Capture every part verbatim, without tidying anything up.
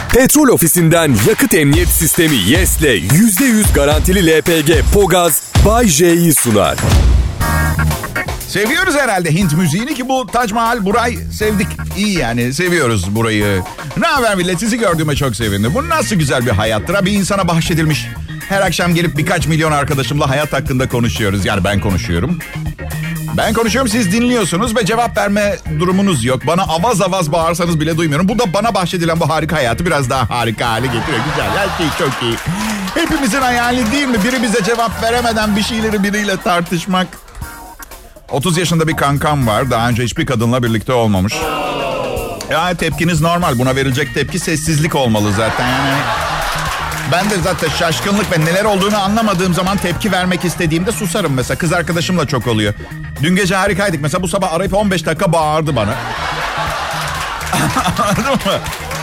Petrol Ofisi'nden yakıt emniyet sistemi Yes'le yüzde yüz garantili L P G Pogaz Bay J'yi sunar. Seviyoruz herhalde Hint müziğini ki bu Taj Mahal, Buray sevdik. İyi yani, seviyoruz burayı. Ne haber millet, sizi gördüğüme çok sevindim. Bu nasıl güzel bir hayattır ha, bir insana bahşedilmiş. Her akşam gelip birkaç milyon arkadaşımla hayat hakkında konuşuyoruz. Yani ben konuşuyorum. Ben konuşuyorum, siz dinliyorsunuz ve cevap verme durumunuz yok. Bana avaz avaz bağırsanız bile duymuyorum. Bu da bana bahşedilen bu harika hayatı biraz daha harika hale getiriyor. Güzel, her şey çok iyi. Hepimizin hayali değil mi? Biri bize cevap veremeden bir şeyleri biriyle tartışmak. otuz yaşında bir kankam var. Daha önce hiçbir kadınla birlikte olmamış. Ya tepkiniz normal. Buna verilecek tepki sessizlik olmalı zaten. Yani ben de zaten şaşkınlık ve neler olduğunu anlamadığım zaman tepki vermek istediğimde susarım mesela. Kız arkadaşımla çok oluyor. Dün gece harikaydık. Mesela bu sabah arayıp on beş dakika bağırdı bana. Anladın mı?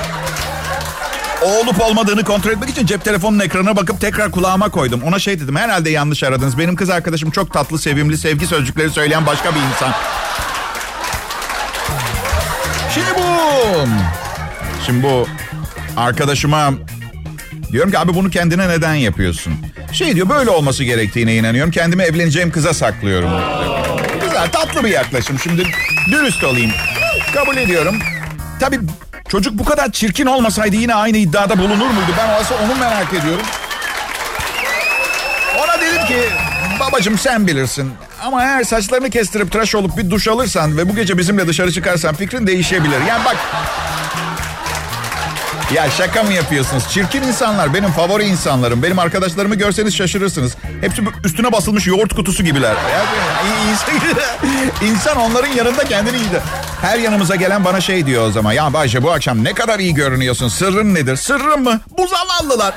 O olup olmadığını kontrol etmek için cep telefonunun ekranına bakıp tekrar kulağıma koydum. Ona şey dedim, herhalde yanlış aradınız. Benim kız arkadaşım çok tatlı, sevimli, sevgi sözcükleri söyleyen başka bir insan. Şimdi bu... Şimdi bu arkadaşıma diyorum ki abi bunu kendine neden yapıyorsun? Şey diyor, böyle olması gerektiğine inanıyorum. Kendimi evleneceğim kıza saklıyorum. Güzel, tatlı bir yaklaşım. Şimdi dürüst olayım. Kabul ediyorum. Tabii çocuk bu kadar çirkin olmasaydı yine aynı iddiada bulunur muydu? Ben aslında onu merak ediyorum. Ona dedim ki babacığım sen bilirsin. Ama eğer saçlarını kestirip tıraş olup bir duş alırsan ve bu gece bizimle dışarı çıkarsan fikrin değişebilir. Yani bak... Ya şaka mı yapıyorsunuz? Çirkin insanlar benim favori insanlarım. Benim arkadaşlarımı görseniz şaşırırsınız. Hepsi üstüne basılmış yoğurt kutusu gibiler. Yani insan onların yanında kendini iyi de. Her yanımıza gelen bana şey diyor o zaman. Ya Bayce bu akşam ne kadar iyi görünüyorsun. Sırrın nedir? Sırrım mı? Bu zavallılar.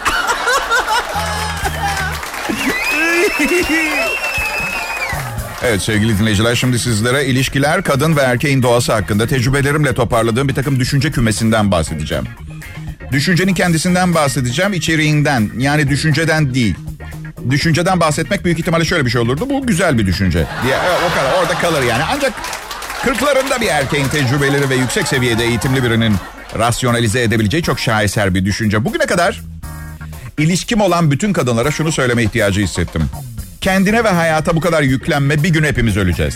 Evet sevgili dinleyiciler, şimdi sizlere ilişkiler, kadın ve erkeğin doğası hakkında tecrübelerimle toparladığım bir takım düşünce kümesinden bahsedeceğim. Düşüncenin kendisinden bahsedeceğim, içeriğinden, yani düşünceden değil. Düşünceden bahsetmek büyük ihtimalle şöyle bir şey olurdu. Bu güzel bir düşünce diye, o kadar orada kalır yani. Ancak kırklarında bir erkeğin tecrübeleri ve yüksek seviyede eğitimli birinin rasyonalize edebileceği çok şaheser bir düşünce. Bugüne kadar ilişkim olan bütün kadınlara şunu söyleme ihtiyacı hissettim. Kendine ve hayata bu kadar yüklenme, bir gün hepimiz öleceğiz.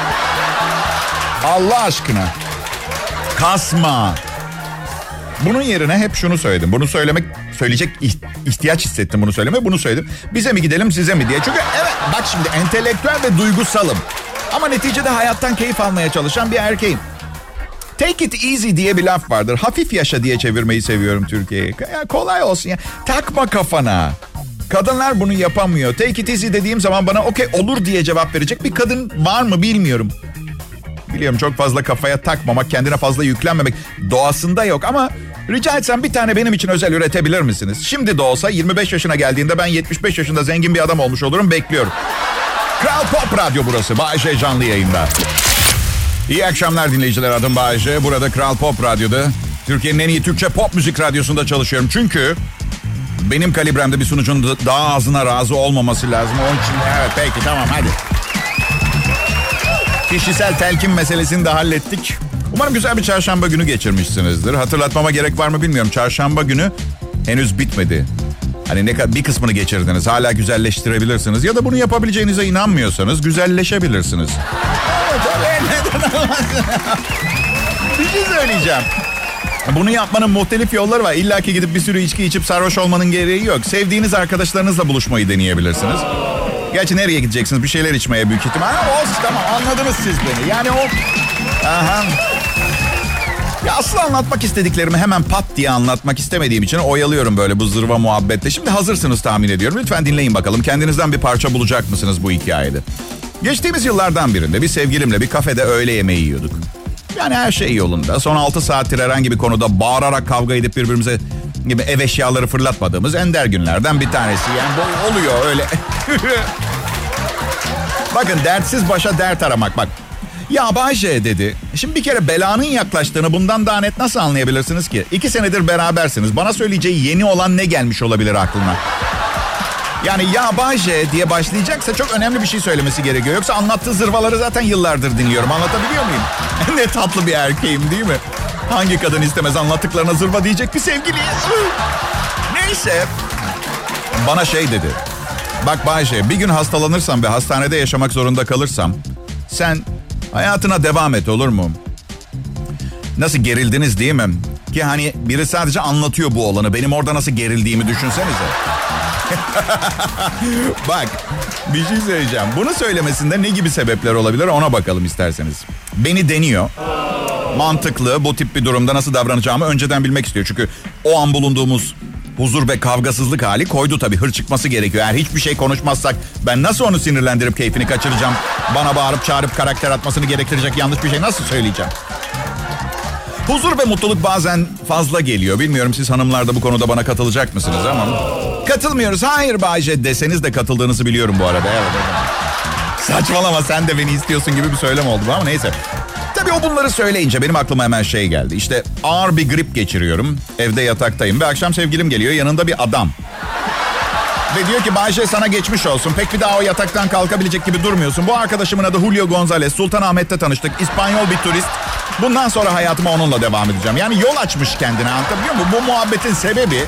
Allah aşkına. Kasma. Bunun yerine hep şunu söyledim. Bunu söylemek, söyleyecek ihtiyaç hissettim bunu söyleme. Bunu söyledim. Bize mi gidelim size mi diye. Çünkü evet bak şimdi entelektüel ve duygusalım. Ama neticede hayattan keyif almaya çalışan bir erkeğim. Take it easy diye bir laf vardır. Hafif yaşa diye çevirmeyi seviyorum Türkiye'ye. Ya kolay olsun ya. Takma kafana. Kadınlar bunu yapamıyor. Take it easy dediğim zaman bana okey olur diye cevap verecek bir kadın var mı bilmiyorum. Biliyorum çok fazla kafaya takmamak, kendine fazla yüklenmemek doğasında yok ama rica etsem bir tane benim için özel üretebilir misiniz? Şimdi de olsa yirmi beş yaşına geldiğinde ben yetmiş beş yaşında zengin bir adam olmuş olurum, bekliyorum. Kral Pop Radyo burası. Bay J canlı yayında. İyi akşamlar dinleyiciler, adım Bay J. Burada Kral Pop Radyo'da Türkiye'nin en iyi Türkçe pop müzik radyosunda çalışıyorum. Çünkü benim kalibremde bir sunucunun daha ağzına razı olmaması lazım. Onun için evet peki tamam hadi. Kişisel telkin meselesini de hallettik. Umarım güzel bir çarşamba günü geçirmişsinizdir. Hatırlatmama gerek var mı bilmiyorum. Çarşamba günü henüz bitmedi. Hani ne bir kısmını geçirdiniz. Hala güzelleştirebilirsiniz. Ya da bunu yapabileceğinize inanmıyorsanız güzelleşebilirsiniz. Bir şey söyleyeceğim. Bunu yapmanın muhtelif yolları var. İlla ki gidip bir sürü içki içip sarhoş olmanın gereği yok. Sevdiğiniz arkadaşlarınızla buluşmayı deneyebilirsiniz. Gerçi nereye gideceksiniz? Bir şeyler içmeye büyük ihtimal. Olsun tamam, anladınız siz beni. Yani o... Aha. Ya asıl anlatmak istediklerimi hemen pat diye anlatmak istemediğim için oyalıyorum böyle bu zırva muhabbetle. Şimdi hazırsınız tahmin ediyorum. Lütfen dinleyin bakalım. Kendinizden bir parça bulacak mısınız bu hikayede? Geçtiğimiz yıllardan birinde bir sevgilimle bir kafede öğle yemeği yiyorduk. Yani her şey yolunda. Son altı saattir herhangi bir konuda bağırarak kavga edip birbirimize gibi ev eşyaları fırlatmadığımız ender günlerden bir tanesi. Yani bu oluyor öyle. Bakın dertsiz başa dert aramak bak. Ya Bayce dedi. Şimdi bir kere belanın yaklaştığını bundan daha net nasıl anlayabilirsiniz ki? İki senedir berabersiniz. Bana söyleyeceği yeni olan ne gelmiş olabilir aklına? Yani ya Bayce diye başlayacaksa çok önemli bir şey söylemesi gerekiyor. Yoksa anlattığı zırvaları zaten yıllardır dinliyorum. Anlatabiliyor muyum? Ne tatlı bir erkeğim değil mi? Hangi kadın istemez anlattıklarına zırva diyecek bir sevgili. Neyse. Bana şey dedi. Bak Bayşe, bir gün hastalanırsam ve hastanede yaşamak zorunda kalırsam sen hayatına devam et, olur mu? Nasıl gerildiniz değil mi? Ki hani biri sadece anlatıyor bu olanı. Benim orada nasıl gerildiğimi düşünsenize. Bak, bir şey söyleyeceğim. Bunu söylemesinde ne gibi sebepler olabilir ona bakalım isterseniz. Beni deniyor. Mantıklı, bu tip bir durumda nasıl davranacağımı önceden bilmek istiyor. Çünkü o an bulunduğumuz huzur ve kavgasızlık hali koydu tabii. Hır çıkması gerekiyor. Eğer hiçbir şey konuşmazsak ben nasıl onu sinirlendirip keyfini kaçıracağım? Bana bağırıp çağırıp karakter atmasını gerektirecek yanlış bir şey nasıl söyleyeceğim? Huzur ve mutluluk bazen fazla geliyor. Bilmiyorum siz hanımlar da bu konuda bana katılacak mısınız ama... Katılmıyoruz. Hayır Bayce deseniz de katıldığınızı biliyorum bu arada. Evet, evet. Saçmalama, sen de beni istiyorsun gibi bir söylem oldu ama neyse. Tabii o bunları söyleyince benim aklıma hemen şey geldi. İşte ağır bir grip geçiriyorum. Evde yataktayım ve akşam sevgilim geliyor. Yanında bir adam. Ve diyor ki Bayce sana geçmiş olsun. Pek bir daha o yataktan kalkabilecek gibi durmuyorsun. Bu arkadaşımın adı Julio Gonzalez. Sultanahmet'te tanıştık. İspanyol bir turist. Bundan sonra hayatıma onunla devam edeceğim. Yani yol açmış kendine, anlatabiliyor muyum? Bu muhabbetin sebebi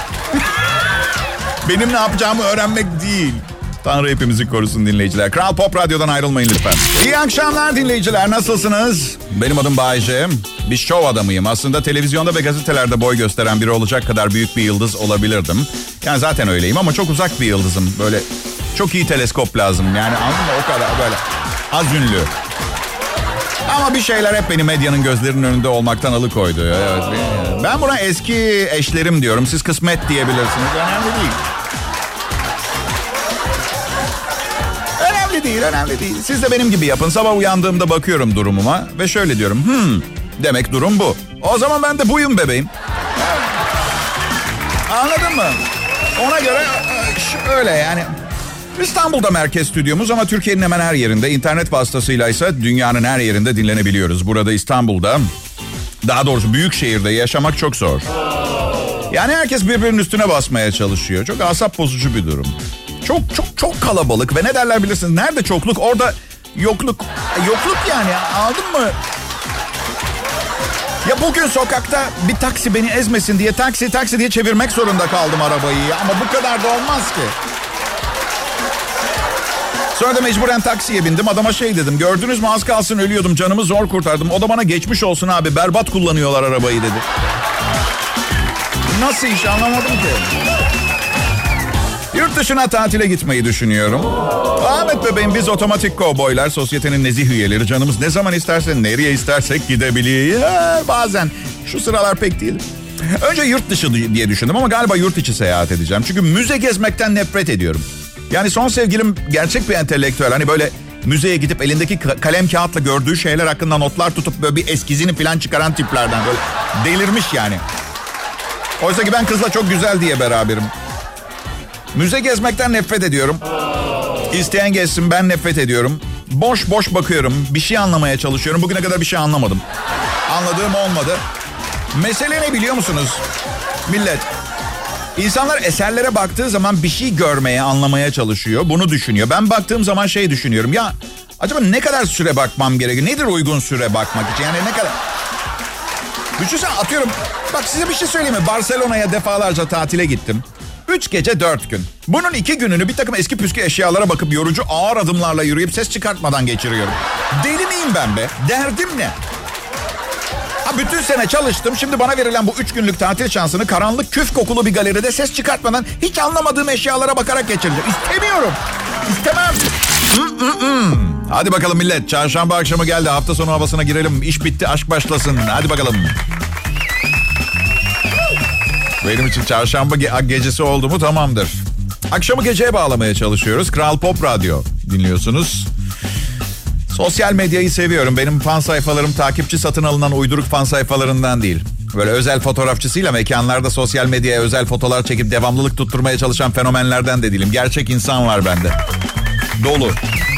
benim ne yapacağımı öğrenmek değil. Tanrı hepimizi korusun dinleyiciler. Kral Pop Radyo'dan ayrılmayın lütfen. İyi akşamlar dinleyiciler, nasılsınız? Benim adım Bayce. Bir şov adamıyım. Aslında televizyonda ve gazetelerde boy gösteren biri olacak kadar büyük bir yıldız olabilirdim. Yani zaten öyleyim ama çok uzak bir yıldızım. Böyle çok iyi teleskop lazım. Yani anladın mı? O kadar böyle az ünlü. Ama bir şeyler hep beni medyanın gözlerinin önünde olmaktan alıkoydu. Evet, ben buna eski eşlerim diyorum. Siz kısmet diyebilirsiniz. Önemli değil. Önemli değil, önemli değil. Siz de benim gibi yapın. Sabah uyandığımda bakıyorum durumuma ve şöyle diyorum. Hmm, demek durum bu. O zaman ben de buyum bebeğim. Anladın mı? Ona göre öyle yani. İstanbul'da merkez stüdyomuz ama Türkiye'nin hemen her yerinde, internet vasıtasıyla ise dünyanın her yerinde dinlenebiliyoruz. Burada İstanbul'da, daha doğrusu büyük şehirde yaşamak çok zor. Yani herkes birbirinin üstüne basmaya çalışıyor. Çok asap bozucu bir durum. Çok çok çok kalabalık ve ne derler bilirsiniz? Nerede çokluk orada yokluk. Yokluk yani, anladın mı? Ya bugün sokakta bir taksi beni ezmesin diye taksi taksi diye çevirmek zorunda kaldım arabayı. Ama bu kadar da olmaz ki. Sonra da mecburen taksiye bindim. Adama şey dedim. Gördünüz mü, az kalsın ölüyordum. Canımı zor kurtardım. O da bana geçmiş olsun abi. Berbat kullanıyorlar arabayı dedi. Nasıl iş anlamadım ki. Yurt dışına tatile gitmeyi düşünüyorum. Ahmet bebeğim, biz otomatik kovboylar, sosyetenin nezih üyeleri. Canımız ne zaman isterse, nereye istersek gidebiliyor. Bazen şu sıralar pek değil. Önce yurt dışı diye düşündüm ama galiba yurt içi seyahat edeceğim. Çünkü müze gezmekten nefret ediyorum. Yani son sevgilim gerçek bir entelektüel. Hani böyle müzeye gidip elindeki kalem kağıtla gördüğü şeyler hakkında notlar tutup böyle bir eskizini falan çıkaran tiplerden. Böyle delirmiş yani. Oysa ki ben kızla çok güzel diye beraberim. Müze gezmekten nefret ediyorum. İsteyen gezsin, ben nefret ediyorum. Boş boş bakıyorum. Bir şey anlamaya çalışıyorum. Bugüne kadar bir şey anlamadım. Anladığım olmadı. Mesele ne biliyor musunuz? Millet. İnsanlar eserlere baktığı zaman bir şey görmeye, anlamaya çalışıyor. Bunu düşünüyor. Ben baktığım zaman şey düşünüyorum. Ya acaba ne kadar süre bakmam gerekiyor? Nedir uygun süre bakmak için? Yani ne kadar... Düşünsene, atıyorum. Bak size bir şey söyleyeyim mi? Barcelona'ya defalarca tatile gittim. Üç gece dört gün. Bunun iki gününü bir takım eski püskü eşyalara bakıp yorucu ağır adımlarla yürüyüp ses çıkartmadan geçiriyorum. Deli miyim ben be? Derdim ne? Ha, bütün sene çalıştım. Şimdi bana verilen bu üç günlük tatil şansını karanlık küf kokulu bir galeride ses çıkartmadan hiç anlamadığım eşyalara bakarak geçireceğim. İstemiyorum. İstemem. Hadi bakalım millet. Çarşamba akşamı geldi. Hafta sonu havasına girelim. İş bitti, aşk başlasın. Hadi bakalım. Benim için çarşamba ge- gecesi oldu mu tamamdır. Akşamı geceye bağlamaya çalışıyoruz. Kral Pop Radyo dinliyorsunuz. Sosyal medyayı seviyorum. Benim fan sayfalarım takipçi satın alınan uyduruk fan sayfalarından değil. Böyle özel fotoğrafçısıyla mekanlarda sosyal medyaya özel fotoğraflar çekip devamlılık tutturmaya çalışan fenomenlerden de değilim. Gerçek insan var bende. Dolu.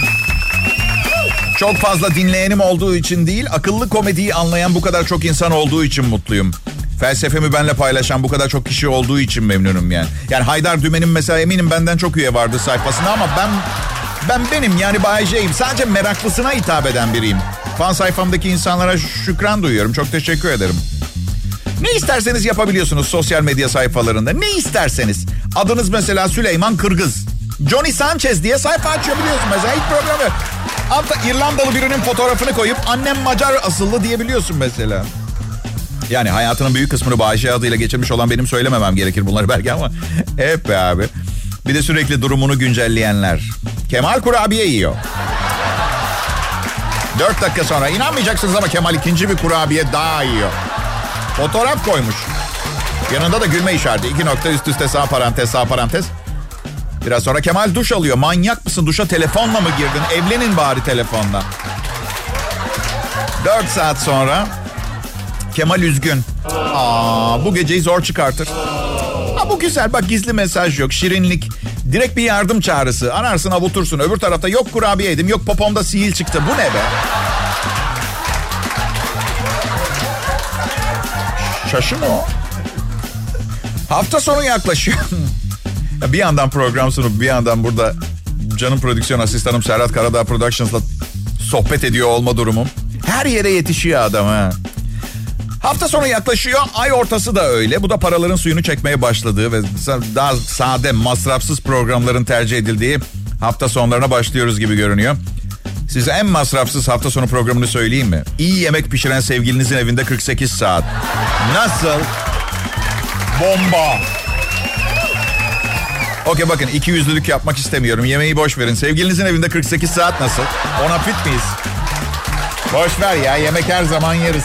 Çok fazla dinleyenim olduğu için değil, akıllı komediyi anlayan bu kadar çok insan olduğu için mutluyum. Felsefemi benimle paylaşan bu kadar çok kişi olduğu için memnunum yani. Yani Haydar Dümen'in mesela eminim benden çok üye vardı sayfasında ama ben ben benim yani Bay J'yim. Sadece meraklısına hitap eden biriyim. Fan sayfamdaki insanlara şükran duyuyorum. Çok teşekkür ederim. Ne isterseniz yapabiliyorsunuz sosyal medya sayfalarında. Ne isterseniz. Adınız mesela Süleyman Kırgız. Johnny Sanchez diye sayfa açabiliyorsun mesela. Hiç problem yok. Hatta İrlandalı birinin fotoğrafını koyup annem Macar asıllı diyebiliyorsun mesela. Yani hayatının büyük kısmını Bayşe adıyla geçirmiş olan benim söylememem gerekir bunları belki ama. Hep be abi. Bir de sürekli durumunu güncelleyenler. Kemal kurabiye yiyor. Dört dakika sonra inanmayacaksınız ama Kemal ikinci bir kurabiye daha yiyor. Fotoğraf koymuş. Yanında da gülme işareti. İki nokta üst üste sağ parantez sağ parantez. Biraz sonra Kemal duş alıyor. Manyak mısın? Duşa telefonla mı girdin? Evlenin bari telefonla. Dört saat sonra Kemal üzgün. Aa, bu geceyi zor çıkartır. Ha, bu güzel. Bak gizli mesaj yok. Şirinlik. Direkt bir yardım çağrısı. Ararsın avutursun. Öbür tarafta yok kurabiye yedim. Yok popomda sihir çıktı. Bu ne be? Şaşı mı o? Hafta sonu yaklaşıyor. Bir yandan program sunup bir yandan burada canım prodüksiyon asistanım Serhat Karadağ Productions'la sohbet ediyor olma durumum. Her yere yetişiyor adam ha. Hafta sonu yaklaşıyor. Ay ortası da öyle. Bu da paraların suyunu çekmeye başladığı ve daha sade, masrafsız programların tercih edildiği hafta sonlarına başlıyoruz gibi görünüyor. Size en masrafsız hafta sonu programını söyleyeyim mi? İyi yemek pişiren sevgilinizin evinde kırk sekiz saat. Nasıl? Bomba. Okey bakın iki yüzlülük yapmak istemiyorum. Yemeği boş verin. Sevgilinizin evinde kırk sekiz saat nasıl? Ona fit miyiz? Boş ver ya, yemek her zaman yeriz.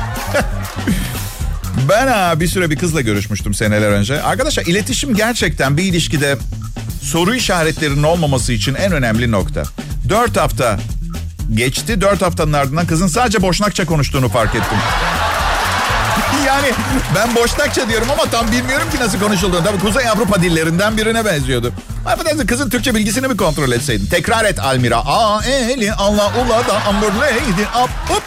Ben ha, bir süre bir kızla görüşmüştüm seneler önce. Arkadaşlar iletişim gerçekten bir ilişkide soru işaretlerinin olmaması için en önemli nokta. Dört hafta geçti. Dört haftanın ardından kızın sadece Boşnakça konuştuğunu fark ettim. Yani ben Boşnakça diyorum ama tam bilmiyorum ki nasıl konuşulduğunu. Tabii Kuzey Avrupa dillerinden birine benziyordu. Affedersin, kızın Türkçe bilgisini mi kontrol etseydin? Tekrar et Almira. A, eli, Allah, ula da, amberleydi, up, up.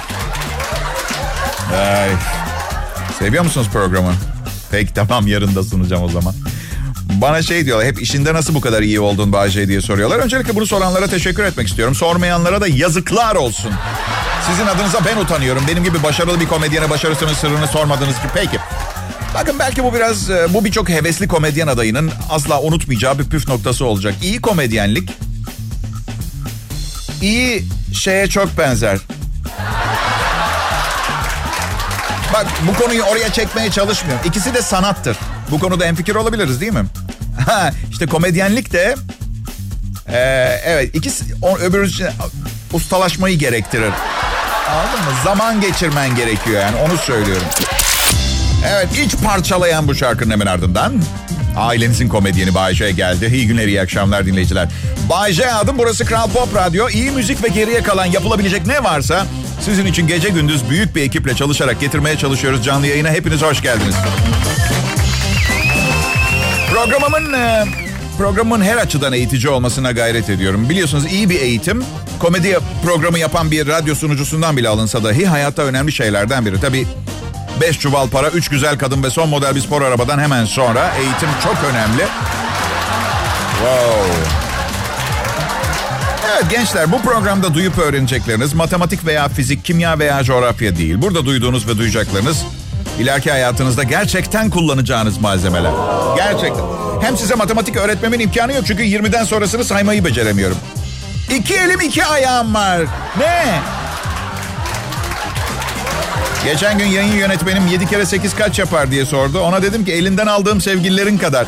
Ay. Seviyor musunuz programı? Peki tamam, yarın da sunacağım o zaman. Bana şey diyorlar, hep işinde nasıl bu kadar iyi oldun Bahçe diye soruyorlar. Öncelikle bunu soranlara teşekkür etmek istiyorum. Sormayanlara da yazıklar olsun. Sizin adınıza ben utanıyorum. Benim gibi başarılı bir komedyene başarısının sırrını sormadığınız gibi. Peki. Bakın belki bu biraz, bu birçok hevesli komedyen adayının asla unutmayacağı bir püf noktası olacak. İyi komedyenlik, iyi şeye çok benzer. Bak bu konuyu oraya çekmeye çalışmıyorum. İkisi de sanattır. Bu konuda hemfikir olabiliriz değil mi? İşte komedyenlik de e, evet ikisi o, öbürü için ustalaşmayı gerektirir. Anladın mı? Zaman geçirmen gerekiyor yani, onu söylüyorum. Evet, iç parçalayan bu şarkının hemen ardından ailenizin komedyeni Bay J geldi. İyi günler, iyi akşamlar dinleyiciler. Bay J adım, burası Kral Pop Radyo. İyi müzik ve geriye kalan yapılabilecek ne varsa sizin için gece gündüz büyük bir ekiple çalışarak getirmeye çalışıyoruz canlı yayına. Hepiniz hoş geldiniz. Programımın programımın her açıdan eğitici olmasına gayret ediyorum. Biliyorsunuz iyi bir eğitim komedi programı yapan bir radyo sunucusundan bile alınsa dahi hayatta önemli şeylerden biri. Tabii beş çuval para, üç güzel kadın ve son model bir spor arabadan hemen sonra eğitim çok önemli. Wow. Evet gençler, bu programda duyup öğrenecekleriniz matematik veya fizik, kimya veya coğrafya değil. Burada duyduğunuz ve duyacaklarınız ileriki hayatınızda gerçekten kullanacağınız malzemeler. Gerçekten. Hem size matematik öğretmemin imkanı yok çünkü yirmiden sonrasını saymayı beceremiyorum. İki elim iki ayağım var. Ne? Geçen gün yayın yönetmenim yedi kere sekiz kaç yapar diye sordu. Ona dedim ki elinden aldığım sevgililerin kadar.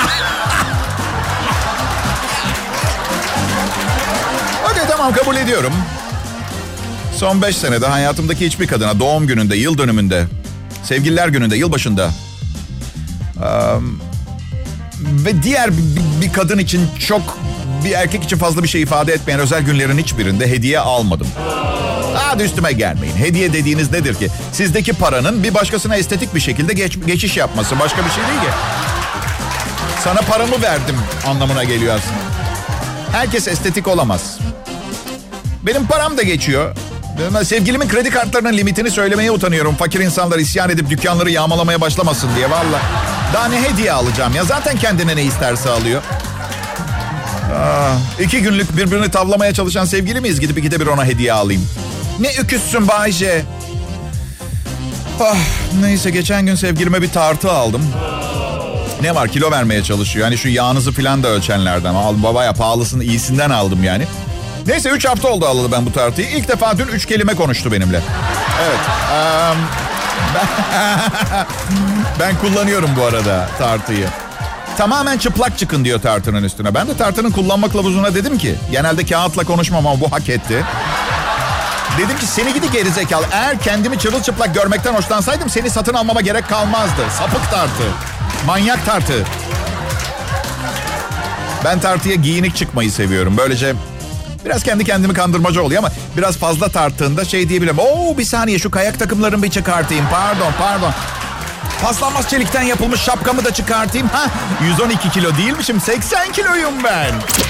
Okey tamam, kabul ediyorum. Son beş senede hayatımdaki hiçbir kadına doğum gününde, yıl dönümünde, sevgililer gününde, yılbaşında um, ve diğer bir, bir kadın için çok, bir erkek için fazla bir şey ifade etmeyen özel günlerin hiçbirinde hediye almadım. Hadi üstüme gelmeyin. Hediye dediğiniz nedir ki? Sizdeki paranın bir başkasına estetik bir şekilde geç, geçiş yapması. Başka bir şey değil ki. Sana paramı verdim anlamına geliyor aslında. Herkes estetik olamaz. Benim param da geçiyor. Sevgilimin kredi kartlarının limitini söylemeye utanıyorum. Fakir insanlar isyan edip dükkanları yağmalamaya başlamasın diye valla. Daha ne hediye alacağım ya? Zaten kendine ne isterse alıyor. Aa, iki günlük birbirini tavlamaya çalışan sevgili miyiz? Gidip ikide bir ona hediye alayım. Ne öküzsün Bayce. Ah, Neyse geçen gün sevgilime bir tartı aldım. Ne var, kilo vermeye çalışıyor. Hani şu yağınızı falan da ölçenlerden. Al babaya, pahalısını iyisinden aldım yani. Neyse üç hafta oldu alalı ben bu tartıyı. İlk defa dün üç kelime konuştu benimle. Evet. Um, ben, ben kullanıyorum bu arada tartıyı. Tamamen çıplak çıkın diyor tartının üstüne. Ben de tartının kullanma kılavuzuna dedim ki, genelde kağıtla konuşmam ama bu hak etti. Dedim ki seni gidi gerizekalı. Eğer kendimi çırılçıplak görmekten hoşlansaydım seni satın almama gerek kalmazdı. Sapık tartı. Manyak tartı. Ben tartıya giyinik çıkmayı seviyorum. Böylece biraz kendi kendimi kandırmaca oluyor ama biraz fazla tarttığında şey diyebilirim. Oo bir saniye şu kayak takımlarını bir çıkartayım. Pardon pardon. Paslanmaz çelikten yapılmış şapkamı da çıkartayım. Ha, yüz on iki kilo değilmişim. seksen kiloyum ben.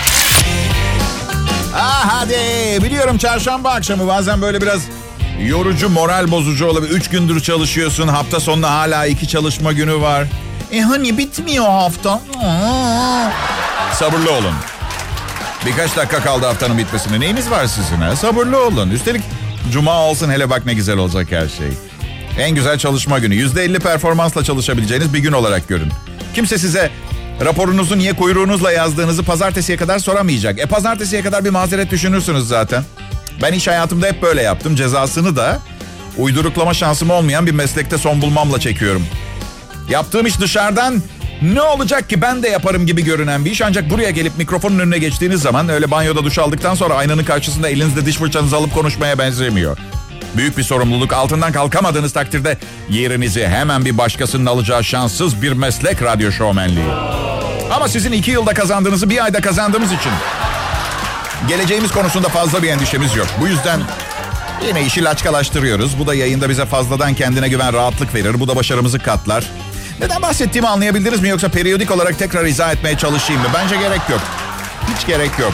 Ah hadi. Biliyorum çarşamba akşamı bazen böyle biraz yorucu, moral bozucu olabilir. Üç gündür çalışıyorsun. Hafta sonunda hala iki çalışma günü var. E hani bitmiyor hafta. Aa. Sabırlı olun. Birkaç dakika kaldı haftanın bitmesine. Neyiniz var sizin ha? Sabırlı olun. Üstelik cuma olsun, hele bak ne güzel olacak her şey. En güzel çalışma günü. yüzde elli performansla çalışabileceğiniz bir gün olarak görün. Kimse size raporunuzu niye kuyruğunuzla yazdığınızı pazartesiye kadar soramayacak. E pazartesiye kadar bir mazeret düşünürsünüz zaten. Ben iş hayatımda hep böyle yaptım. Cezasını da uyduruklama şansım olmayan bir meslekte son bulmamla çekiyorum. Yaptığım iş dışarıdan ne olacak ki ben de yaparım gibi görünen bir iş. Ancak buraya gelip mikrofonun önüne geçtiğiniz zaman öyle banyoda duş aldıktan sonra aynanın karşısında elinizde diş fırçanızı alıp konuşmaya benzemiyor. Büyük bir sorumluluk. Altından kalkamadığınız takdirde yerinizi hemen bir başkasının alacağı şanssız bir meslek radyo şovmenliği. Ama sizin iki yılda kazandığınızı bir ayda kazandığımız için geleceğimiz konusunda fazla bir endişemiz yok. Bu yüzden yine işi laçkalaştırıyoruz. Bu da yayında bize fazladan kendine güven, rahatlık verir. Bu da başarımızı katlar. Neden bahsettiğimi anlayabildiniz mi? Yoksa periyodik olarak tekrar izah etmeye çalışayım mı? Bence gerek yok. Hiç gerek yok.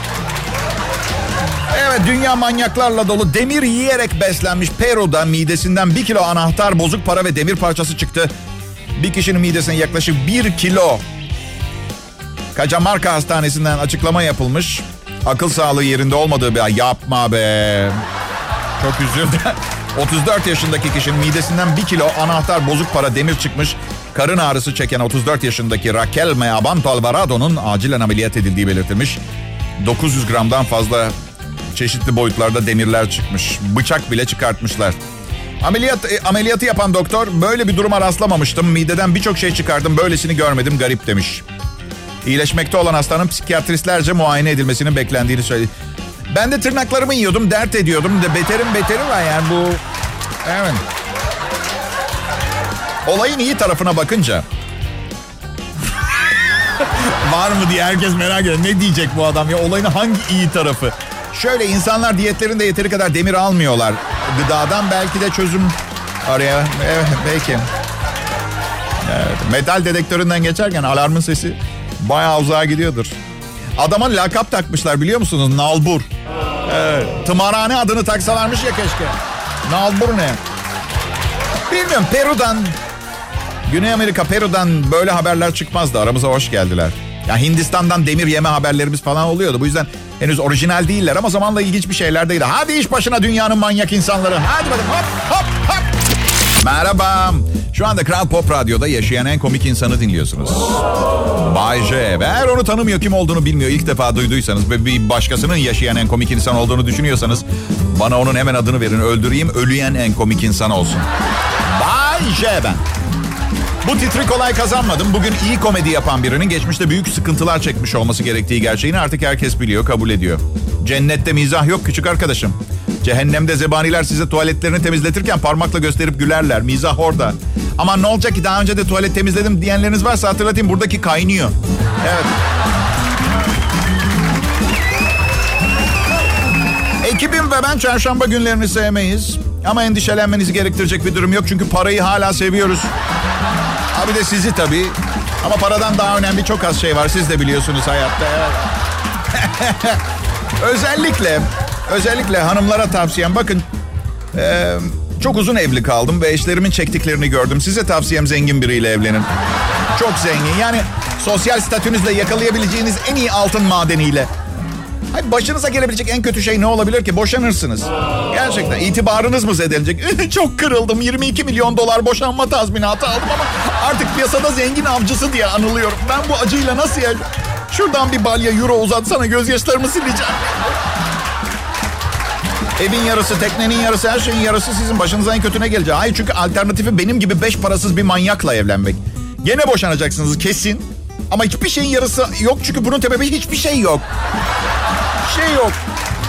Evet, dünya manyaklarla dolu. Demir yiyerek beslenmiş Peru'da midesinden bir kilo anahtar, bozuk para ve demir parçası çıktı. Bir kişinin midesine yaklaşık bir kilo. Cajamarca Hastanesi'nden açıklama yapılmış. Akıl sağlığı yerinde olmadığı bir... Yapma be. Çok üzüldüm. otuz dört yaşındaki kişinin midesinden bir kilo anahtar, bozuk para, demir çıkmış. Karın ağrısı çeken otuz dört yaşındaki Raquel Meabanto Alvarado'nun acilen ameliyat edildiği belirtilmiş. dokuz yüz gramdan fazla çeşitli boyutlarda demirler çıkmış. Bıçak bile çıkartmışlar. Ameliyat e, ameliyatı yapan doktor, böyle bir duruma rastlamamıştım. Mideden birçok şey çıkardım. Böylesini görmedim, garip demiş. İyileşmekte olan hastanın psikiyatristlerce muayene edilmesinin beklendiğini söyledi. Ben de tırnaklarımı yiyordum, dert ediyordum. De beterim beteri var yani bu. Evet. Olayın iyi tarafına bakınca var mı diye herkes merak ediyor. Ne diyecek bu adam ya? Olayın hangi iyi tarafı? Şöyle, insanlar diyetlerinde yeteri kadar demir almıyorlar. Gıdadan belki de çözüm araya. Evet, belki. Evet, metal dedektöründen geçerken alarmın sesi bayağı uzağa gidiyordur. Adama lakap takmışlar, biliyor musunuz? Nalbur. Evet, tımarhane adını taksalarmış ya keşke. Nalbur ne? Bilmiyorum, Peru'dan, Güney Amerika Peru'dan böyle haberler çıkmazdı. Aramıza hoş geldiler. Ya Hindistan'dan demir yeme haberlerimiz falan oluyordu. Bu yüzden henüz orijinal değiller ama zamanla ilginç bir şeyler değil. Hadi iş başına dünyanın manyak insanları. Hadi bakalım, hop hop hop. Merhaba. Şu anda Kral Pop Radyo'da yaşayan en komik insanı dinliyorsunuz. Bay J. Ve eğer onu tanımıyor, kim olduğunu bilmiyor, ilk defa duyduysanız ve bir başkasının yaşayan en komik insan olduğunu düşünüyorsanız bana onun hemen adını verin, öldüreyim, ölüyen en komik insan olsun. Bay J ben. Bu titri kolay kazanmadım. Bugün iyi komedi yapan birinin geçmişte büyük sıkıntılar çekmiş olması gerektiği gerçeğini artık herkes biliyor, kabul ediyor. Cennette mizah yok küçük arkadaşım. Cehennemde zebaniler size tuvaletlerini temizletirken parmakla gösterip gülerler. Mizah orada. Ama ne olacak ki, daha önce de tuvalet temizledim diyenleriniz varsa hatırlatayım, buradaki kaynıyor. Evet. Ekibim ve ben çarşamba günlerini sevmeyiz. Ama endişelenmenizi gerektirecek bir durum yok. Çünkü parayı hala seviyoruz. Abi de sizi tabii. Ama paradan daha önemli çok az şey var. Siz de biliyorsunuz hayatta. Evet. özellikle, özellikle hanımlara tavsiyem. Bakın, e, çok uzun evli kaldım ve eşlerimin çektiklerini gördüm. Size tavsiyem, zengin biriyle evlenin. Çok zengin. Yani sosyal statünüzle yakalayabileceğiniz en iyi altın madeniyle. Hayır, başınıza gelebilecek en kötü şey ne olabilir ki? Boşanırsınız. Gerçekten itibarınız mı zedelenecek? Çok kırıldım. yirmi iki milyon dolar boşanma tazminatı aldım ama artık piyasada zengin avcısı diye anılıyorum. Ben bu acıyla nasıl yaşayacağım? Şuradan bir balya euro uzatsana, gözyaşlarımı sileceğim. Evin yarısı, teknenin yarısı, her şeyin yarısı sizin. Başınıza en kötü ne gelecek? Hayır, çünkü alternatifi benim gibi beş parasız bir manyakla evlenmek. Gene boşanacaksınız kesin. Ama hiçbir şeyin yarısı yok, çünkü bunun sebebi hiçbir şey yok. Bir şey yok.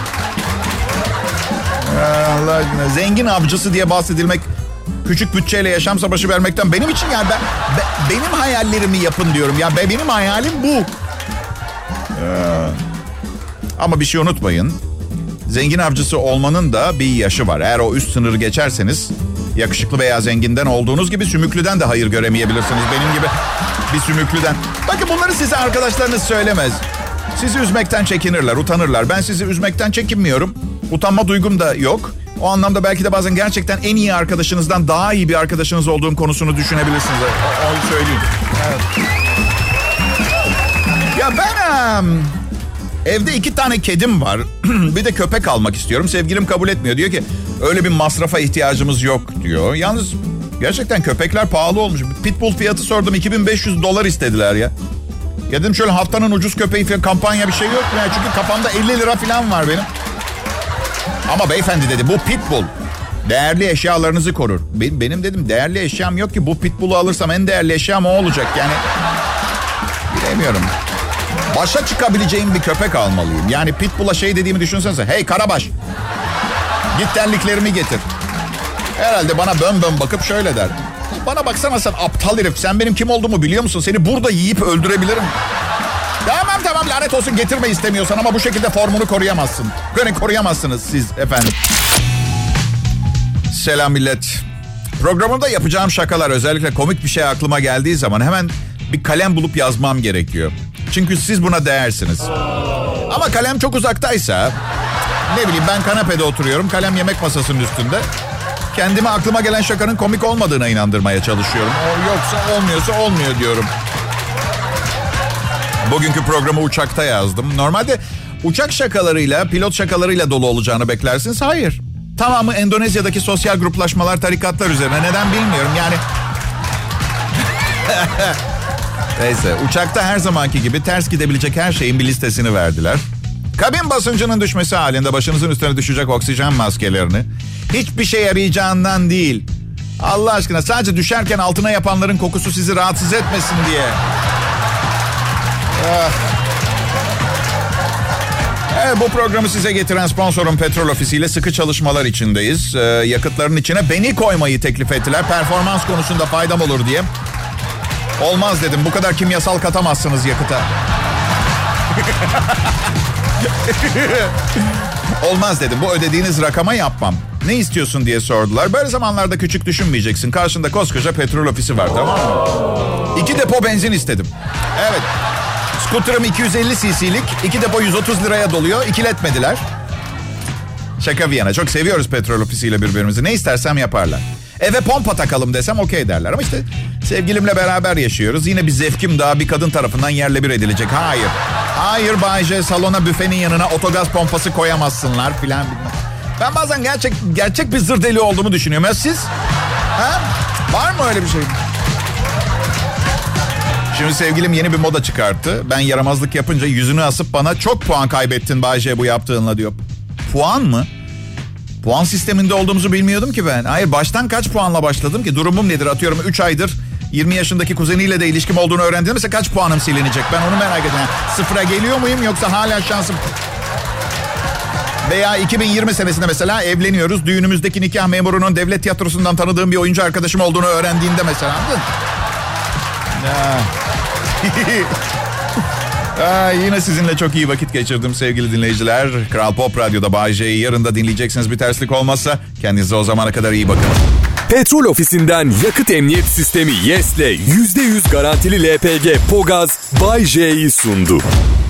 Allah aşkına, zengin avcısı diye bahsedilmek, küçük bütçeyle yaşam savaşı vermekten benim için yani ben, be, benim hayallerimi yapın diyorum. Ya be, benim hayalim bu. Ee, ama bir şey unutmayın. Zengin avcısı olmanın da bir yaşı var. Eğer o üst sınırı geçerseniz yakışıklı veya zenginden olduğunuz gibi sümüklüden de hayır göremeyebilirsiniz. Benim gibi bir sümüklüden. Bakın, bunları size arkadaşlarınız söylemez. Sizi üzmekten çekinirler, utanırlar. Ben sizi üzmekten çekinmiyorum. Utanma duygum da yok. O anlamda belki de bazen gerçekten en iyi arkadaşınızdan daha iyi bir arkadaşınız olduğum konusunu düşünebilirsiniz. Onu söyleyeyim. Evet. Ya ben... Um... Evde iki tane kedim var. Bir de köpek almak istiyorum. Sevgilim kabul etmiyor. Diyor ki öyle bir masrafa ihtiyacımız yok diyor. Yalnız gerçekten köpekler pahalı olmuş. Pitbull fiyatı sordum. iki bin beş yüz dolar istediler ya. Ya dedim şöyle haftanın ucuz köpeği falan, kampanya bir şey yok mu? Yani çünkü kafamda elli lira falan var benim. Ama beyefendi dedi, bu Pitbull değerli eşyalarınızı korur. Benim, benim dedim değerli eşyam yok ki. Bu Pitbull'u alırsam en değerli eşyam o olacak. Yani bilemiyorum. Başa çıkabileceğim bir köpek almalıyım. Yani Pitbull'a şey dediğimi düşünsenize. Hey Karabaş, git terliklerimi getir. Herhalde bana bön bön bakıp şöyle der. Bana baksana sen aptal herif. Sen benim kim olduğumu biliyor musun? Seni burada yiyip öldürebilirim. Tamam tamam, lanet olsun, getirme istemiyorsan ama bu şekilde formunu koruyamazsın. Böyle koruyamazsınız siz efendim. Selam millet. Programımda yapacağım şakalar, özellikle komik bir şey aklıma geldiği zaman hemen bir kalem bulup yazmam gerekiyor. Çünkü siz buna değersiniz. Ama kalem çok uzaktaysa, ne bileyim, ben kanepede oturuyorum, kalem yemek masasının üstünde. Kendime aklıma gelen şakanın komik olmadığına inandırmaya çalışıyorum. O yoksa olmuyorsa olmuyor diyorum. Bugünkü programı uçakta yazdım. Normalde uçak şakalarıyla, pilot şakalarıyla dolu olacağını beklersiniz. Hayır. Tamamı Endonezya'daki sosyal gruplaşmalar, tarikatlar üzerine. Neden bilmiyorum yani. Neyse, uçakta her zamanki gibi ters gidebilecek her şeyin bir listesini verdiler. Kabin basıncının düşmesi halinde başınızın üstüne düşecek oksijen maskelerini, hiçbir şey yarayacağından değil, Allah aşkına sadece düşerken altına yapanların kokusu sizi rahatsız etmesin diye. Ah. Evet, bu programı size getiren sponsorum Petrol Ofisi ile sıkı çalışmalar içindeyiz. Ee, yakıtların içine beni koymayı teklif ettiler. Performans konusunda faydam olur diye. Olmaz dedim. Bu kadar kimyasal katamazsınız yakıta. Olmaz dedim. Bu ödediğiniz rakama yapmam. Ne istiyorsun diye sordular. Böyle zamanlarda küçük düşünmeyeceksin. Karşında koskoca Petrol Ofisi var, tamam mı? İki depo benzin istedim. Evet. Scooter'ım iki yüz elli cc'lik. İki depo yüz otuz liraya doluyor. İkiletmediler. Şaka bir yana. Çok seviyoruz Petrol Ofisi ile birbirimizi. Ne istersem yaparlar. Eve pompa takalım desem okey derler. Ama işte sevgilimle beraber yaşıyoruz. Yine bir zevkim daha bir kadın tarafından yerle bir edilecek. Hayır. Hayır Bay J, salona büfenin yanına otogaz pompası koyamazsınlar filan. Ben bazen gerçek gerçek bir zır deli olduğumu düşünüyorum. Ya siz? Ha? Var mı öyle bir şey? Şimdi sevgilim yeni bir moda çıkarttı. Ben yaramazlık yapınca yüzünü asıp bana çok puan kaybettin Bay J bu yaptığınla diyor. Puan mı? Puan sisteminde olduğumuzu bilmiyordum ki ben. Hayır, baştan kaç puanla başladım ki? Durumum nedir? Atıyorum üç aydır yirmi yaşındaki kuzeniyle de ilişkim olduğunu öğrendim. Mesela kaç puanım silinecek? Ben onu merak ediyorum. Yani sıfıra geliyor muyum yoksa hala şansım... Veya iki bin yirmi senesinde mesela evleniyoruz. Düğünümüzdeki nikah memurunun devlet tiyatrosundan tanıdığım bir oyuncu arkadaşım olduğunu öğrendiğinde mesela. Anladın? Ya. Aa, yine sizinle çok iyi vakit geçirdim sevgili dinleyiciler. Kral Pop Radyo'da Bay J'yi yarın da dinleyeceksiniz bir terslik olmazsa. Kendinize o zamana kadar iyi bakın. Petrol Ofisi'nden yakıt emniyet sistemi Yes'le yüzde yüz garantili L P G Pogaz Bay J'yi sundu.